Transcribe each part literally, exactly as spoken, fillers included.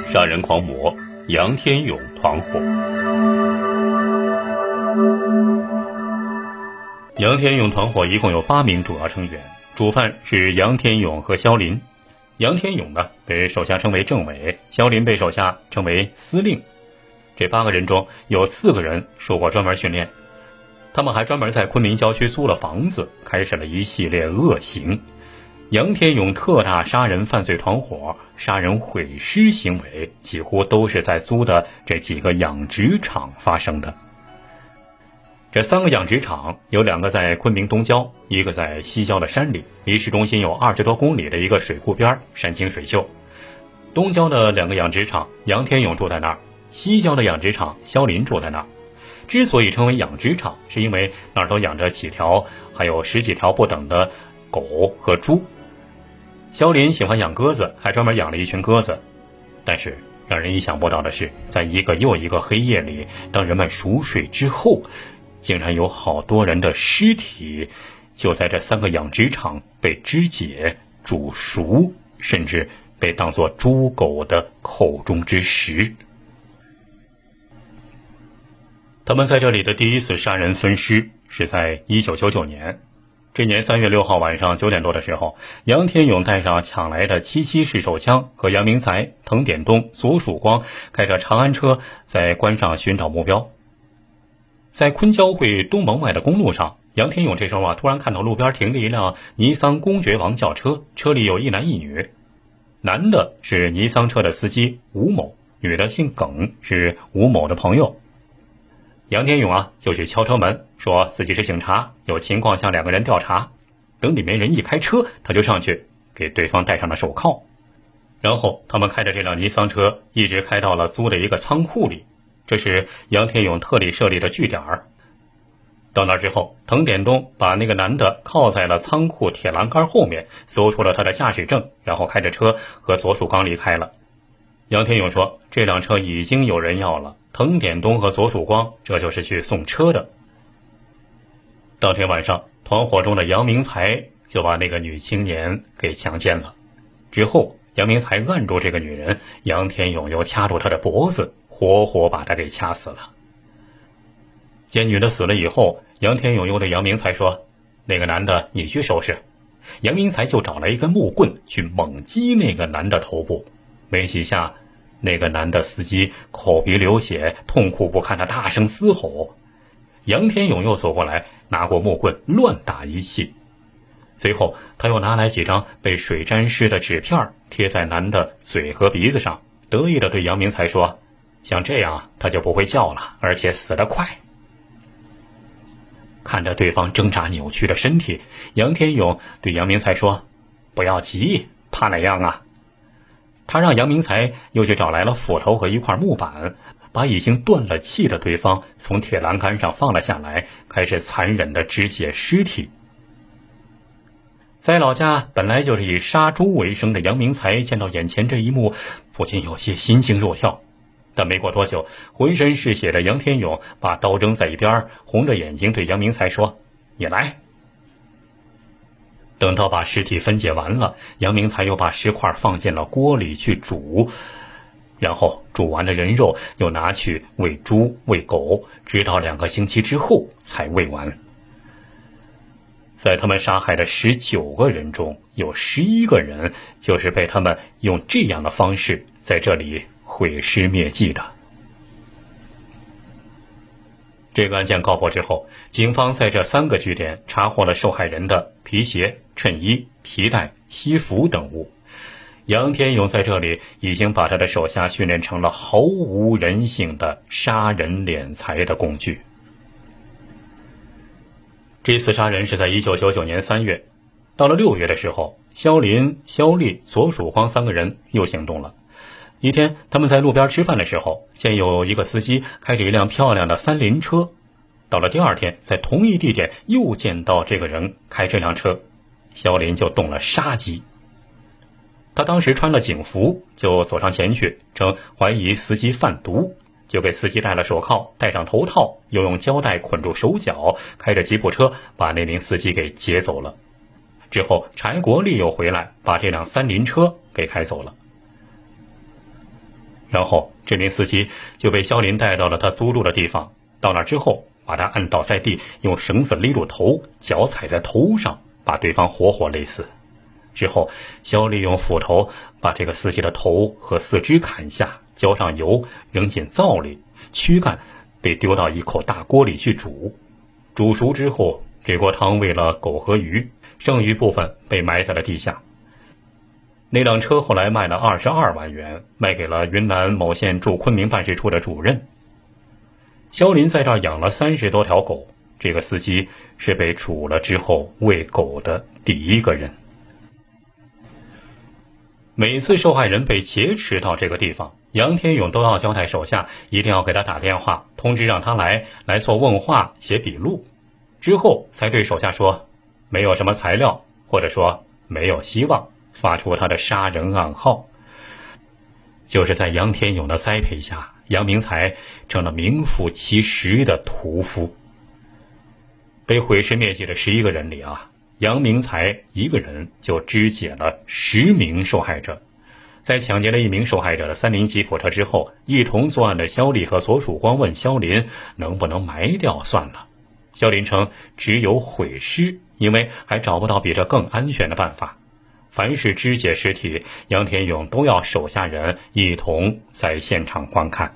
杀人狂魔杨天勇团伙。杨天勇团伙一共有八名主要成员，主犯是杨天勇和肖林。杨天勇呢被手下称为政委，肖林被手下称为司令。这八个人中有四个人受过专门训练，他们还专门在昆明郊区租了房子，开始了一系列恶行。杨天勇特大杀人犯罪团伙杀人毁尸行为几乎都是在租的这几个养殖场发生的。这三个养殖场有两个在昆明东郊，一个在西郊的山里，离市中心有二十多公里的一个水库边，山清水秀。东郊的两个养殖场，杨天勇住在那儿；西郊的养殖场，肖林住在那儿。之所以称为养殖场，是因为那儿都养着几条还有十几条不等的狗和猪。肖林喜欢养鸽子，还专门养了一群鸽子。但是让人意想不到的是，在一个又一个黑夜里，当人们熟睡之后，竟然有好多人的尸体就在这三个养殖场被肢解、煮熟，甚至被当作猪狗的口中之食。他们在这里的第一次杀人分尸是在一九九九年。这年三月六号晚上九点多的时候，杨天勇带上抢来的七七式手枪和杨明才、滕典东、左曙光开着长安车在关上寻找目标。在昆交会东门外的公路上，杨天勇这时候啊突然看到路边停着一辆尼桑公爵王轿车，车里有一男一女。男的是尼桑车的司机吴某，女的姓耿，是吴某的朋友。杨天勇啊就去敲车门，说自己是警察，有情况向两个人调查。等里面人一开车，他就上去给对方戴上了手铐。然后他们开着这辆尼桑车一直开到了租的一个仓库里，这是杨天勇特地设立的据点。到那之后，滕典东把那个男的铐在了仓库铁栏杆后面，搜出了他的驾驶证，然后开着车和左曙光离开了。杨天勇说这辆车已经有人要了，滕典东和左曙光这就是去送车的。当天晚上，团伙中的杨明才就把那个女青年给强奸了。之后杨明才按住这个女人，杨天勇又掐住她的脖子，活活把她给掐死了。见女的死了以后，杨天勇又对杨明才说，那个男的你去收拾。杨明才就找来一根木棍去猛击那个男的头部，没几下，那个男的司机口鼻流血，痛苦不堪的大声嘶吼。杨天勇又走过来，拿过木棍乱打一气。随后他又拿来几张被水沾湿的纸片贴在男的嘴和鼻子上，得意地对杨明才说，像这样他就不会叫了，而且死得快。看着对方挣扎扭曲的身体，杨天勇对杨明才说，不要急，怕哪样啊？他让杨明才又去找来了斧头和一块木板，把已经断了气的对方从铁栏杆上放了下来，开始残忍地肢解尸体。在老家本来就是以杀猪为生的杨明才见到眼前这一幕，不禁有些心惊肉跳。但没过多久，浑身是血的杨天勇把刀扔在一边，红着眼睛对杨明才说，你来。等到把尸体分解完了，杨明才又把尸块放进了锅里去煮，然后煮完的人肉又拿去喂猪喂狗，直到两个星期之后才喂完。在他们杀害的十九个人中，有十一个人就是被他们用这样的方式在这里毁尸灭迹的。这个案件告破之后，警方在这三个据点查获了受害人的皮鞋、衬衣、皮带、西服等物。杨天勇在这里已经把他的手下训练成了毫无人性的杀人敛财的工具。这次杀人是在一九九九年三月，到了六月的时候，肖林、肖丽、左曙光三个人又行动了。一天，他们在路边吃饭的时候，见有一个司机开着一辆漂亮的三菱车。到了第二天，在同一地点又见到这个人开这辆车，肖林就动了杀机。他当时穿了警服，就走上前去，称怀疑司机贩毒，就给司机戴了手铐，戴上头套，又用胶带捆住手脚，开着吉普车把那名司机给劫走了。之后柴国立又回来把这辆三菱车给开走了。 然后这名司机就被肖林带到了他租住的地方，到那之后把他按倒在地，用绳子勒住头，脚踩在头上，把对方活活勒死。之后肖林用斧头把这个司机的头和四肢砍下，浇上油，扔进灶里，躯干被丢到一口大锅里去煮。煮熟之后，这锅汤喂了狗和鱼，剩余部分被埋在了地下。那辆车后来卖了二十二万元，卖给了云南某县驻昆明办事处的主任。肖林在这儿养了三十多条狗，这个司机是被煮了之后喂狗的第一个人。每次受害人被劫持到这个地方，杨天勇都要交代手下一定要给他打电话，通知让他来来做问话，写笔录，之后才对手下说没有什么材料，或者说没有希望，发出他的杀人暗号。就是在杨天勇的栽培下，杨明才成了名副其实的屠夫。被毁尸灭迹的十一个人里啊，杨明才一个人就肢解了十名受害者。在抢劫了一名受害者的三菱吉普车之后，一同作案的肖丽和索曙光问肖林能不能埋掉算了。肖林称只有毁尸，因为还找不到比这更安全的办法。凡是肢解尸体，杨天勇都要手下人一同在现场观看。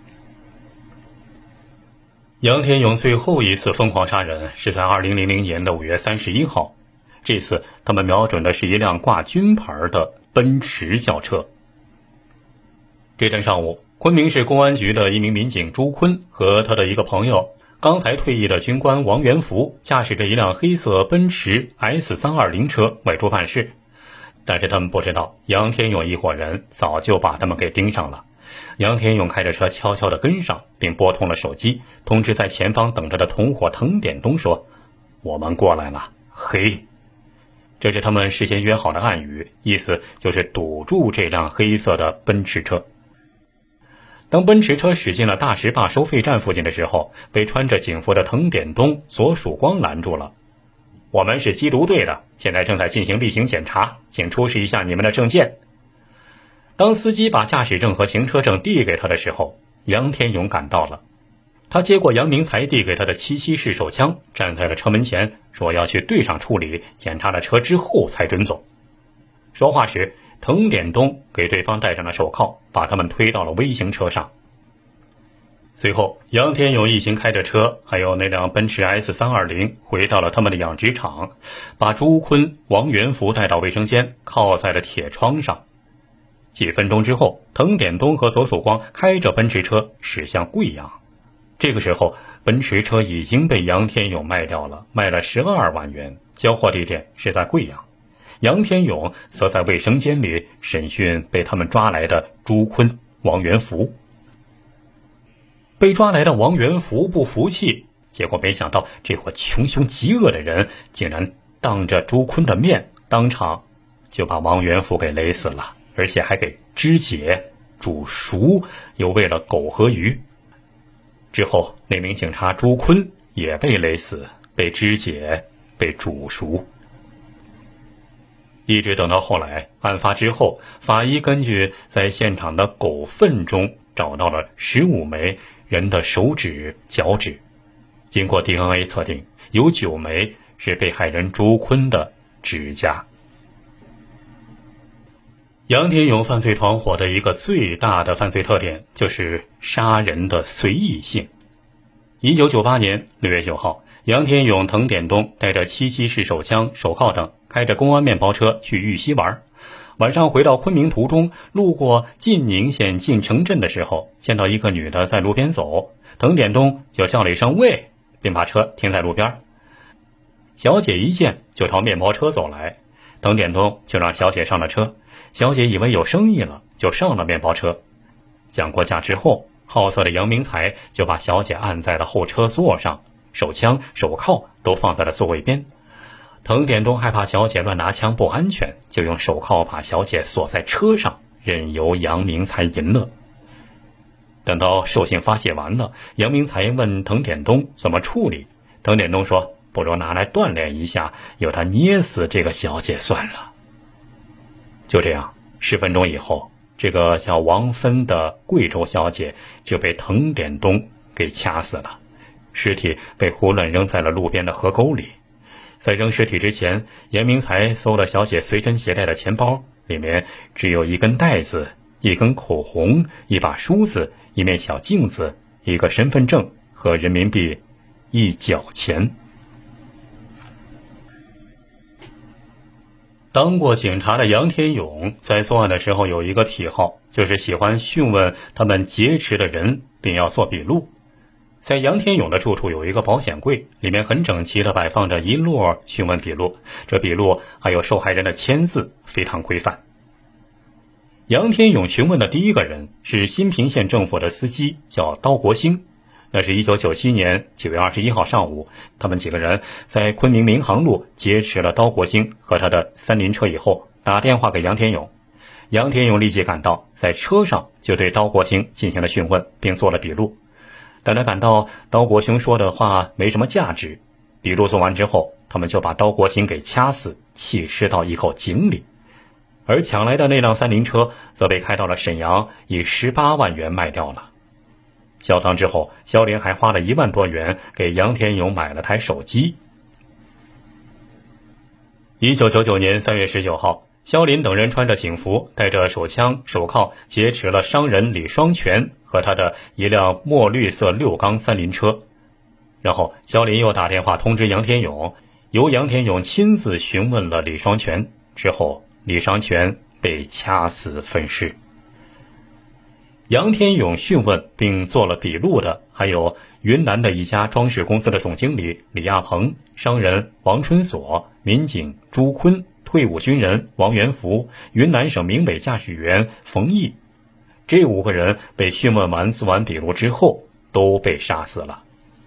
杨天勇最后一次疯狂杀人是在二零零零年的五月三十一号，这次他们瞄准的是一辆挂军牌的奔驰轿车。这天上午，昆明市公安局的一名民警朱坤和他的一个朋友，刚才退役的军官王元福，驾驶着一辆黑色奔驰 S 三二零 车外出办事。但是他们不知道，杨天勇一伙人早就把他们给盯上了。杨天勇开着车悄悄地跟上，并拨通了手机，通知在前方等着的同伙滕典东说：“我们过来了，嘿。”这是他们事先约好的暗语，意思就是堵住这辆黑色的奔驰车。当奔驰车驶进了大石坝收费站附近的时候，被穿着警服的滕典东、索曙光拦住了。我们是缉毒队的，现在正在进行例行检查，请出示一下你们的证件。当司机把驾驶证和行车证递给他的时候，杨天勇赶到了。他接过杨明才递给他的七七式手枪，站在了车门前，说要去队上处理，检查了车之后才准走。说话时，滕典东给对方戴上了手铐，把他们推到了微型车上。随后，杨天勇一行开着车，还有那辆奔驰 S 三二零 回到了他们的养殖场，把朱坤、王元福带到卫生间，靠在了铁窗上。几分钟之后，滕典东和索曙光开着奔驰车驶向贵阳。这个时候，奔驰车已经被杨天勇卖掉了，卖了十二万元，交货地点是在贵阳。杨天勇则在卫生间里审讯被他们抓来的朱坤、王元福。被抓来的王元福不服气，结果没想到这伙穷凶极恶的人竟然当着朱坤的面，当场就把王元福给勒死了，而且还给肢解、煮熟，又喂了狗和鱼。之后，那名警察朱坤也被勒死，被肢解，被煮熟。一直等到后来，案发之后，法医根据在现场的狗粪中找到了十五枚人的手指、脚趾，经过 D N A 测定，有九枚是被害人朱坤的指甲。杨天勇犯罪团伙的一个最大的犯罪特点就是杀人的随意性。一九九八年六月九号，杨天勇、滕典东带着七七式手枪、手铐等，开着公安面包车去玉溪玩。晚上回到昆明途中，路过晋宁县晋城镇的时候，见到一个女的在路边走，滕典东就叫了一声喂，并把车停在路边。小姐一见就朝面包车走来，滕典东就让小姐上了车。小姐以为有生意了，就上了面包车。讲过价之后，好色的杨明才就把小姐按在了后车座上，手枪、手铐都放在了座位边。滕典东害怕小姐乱拿枪不安全，就用手铐把小姐锁在车上，任由杨明才淫乐。等到兽性发泄完了，杨明才问滕典东怎么处理。滕典东说，不如拿来锻炼一下，由他捏死这个小姐算了。就这样，十分钟以后， 这个叫王芬的贵州小姐就被滕典东给掐死了，尸体被胡乱扔在了路边的河沟里。在扔尸体之前，严明才搜了小姐随身携带的钱包，里面只有一根带子、一根口红、一把梳子、一面小镜子、一个身份证和人民币一角钱。当过警察的杨天勇在作案的时候有一个癖好，就是喜欢讯问他们劫持的人，并要做笔录。在杨天勇的住处有一个保险柜，里面很整齐地摆放着一摞讯问笔录，这笔录还有受害人的签字，非常规范。杨天勇询问的第一个人是新平县政府的司机，叫刀国兴。那是一九九七年九月二十一号上午，他们几个人在昆明民航路劫持了刀国兴和他的三轮车以后，打电话给杨天勇。杨天勇立即赶到，在车上就对刀国兴进行了讯问，并做了笔录。但他感到刀国兴说的话没什么价值，笔录做完之后，他们就把刀国兴给掐死，弃尸到一口井里。而抢来的那辆三轮车则被开到了沈阳，以十八万元卖掉了。销赃之后，肖林还花了一万多元给杨天勇买了台手机。一九九九年三月十九号，肖林等人穿着警服，带着手枪、手铐，劫持了商人李双全和他的一辆墨绿色六缸三轮车。然后，肖林又打电话通知杨天勇，由杨天勇亲自询问了李双全。之后，李双全被掐死分尸。杨天勇讯问并做了笔录的还有云南的一家装饰公司的总经理李亚鹏、商人王春锁、民警朱坤、退伍军人王元福、云南省明北驾驶员冯毅。这五个人被讯问完做完笔录之后都被杀死了。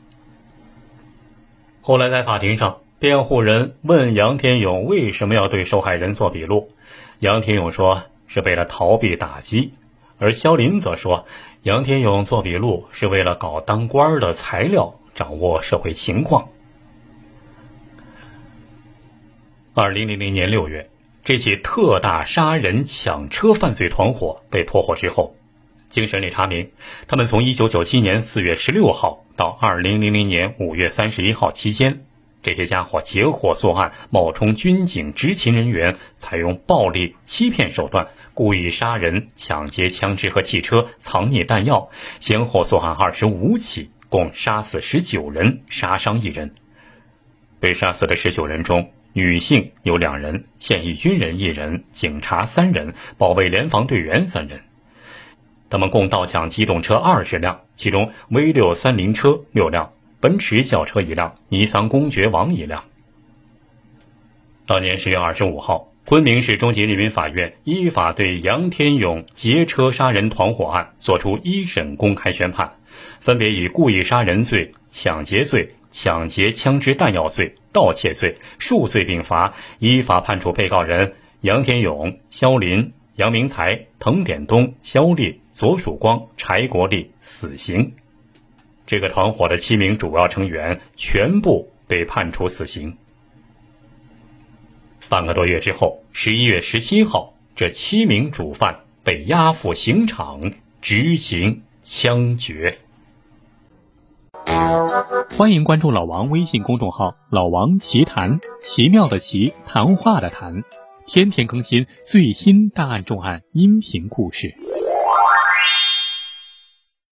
后来在法庭上，辩护人问杨天勇为什么要对受害人做笔录，杨天勇说是为了逃避打击。而肖林则说，杨天勇做笔录是为了搞当官的材料，掌握社会情况。二零零零年六月，这起特大杀人抢车犯罪团伙被破获之后，经审理查明，他们从一九九七年四月十六号到二零零零年五月三十一号期间，这些家伙结伙作案，冒充军警执勤人员，采用暴力欺骗手段，故意杀人、抢劫枪支和汽车，藏匿弹药，先后作案二十五起，共杀死十九人，杀伤一人。被杀死的十九人中，女性有两人，现役军人一人，警察三人，保卫联防队员三人。他们共盗抢机动车二十辆，其中 V 六 三轮车六辆，奔驰轿车一辆，尼桑公爵王一辆。当年十月二十五号，昆明市中级人民法院依法对杨天勇劫车杀人团伙案作出一审公开宣判，分别以故意杀人罪、抢劫罪、抢劫枪支弹药罪、盗窃罪数罪并罚，依法判处被告人杨天勇、肖林、杨明才、滕典东、肖烈、左曙光、柴国立死刑。这个团伙的七名主要成员全部被判处死刑。半个多月之后，十一月十七号，这七名主犯被押赴刑场执行枪决。 欢迎关注老王微信公众号老王奇谈，奇妙的奇，谈话的谈，天天更新最新大案重案音频故事。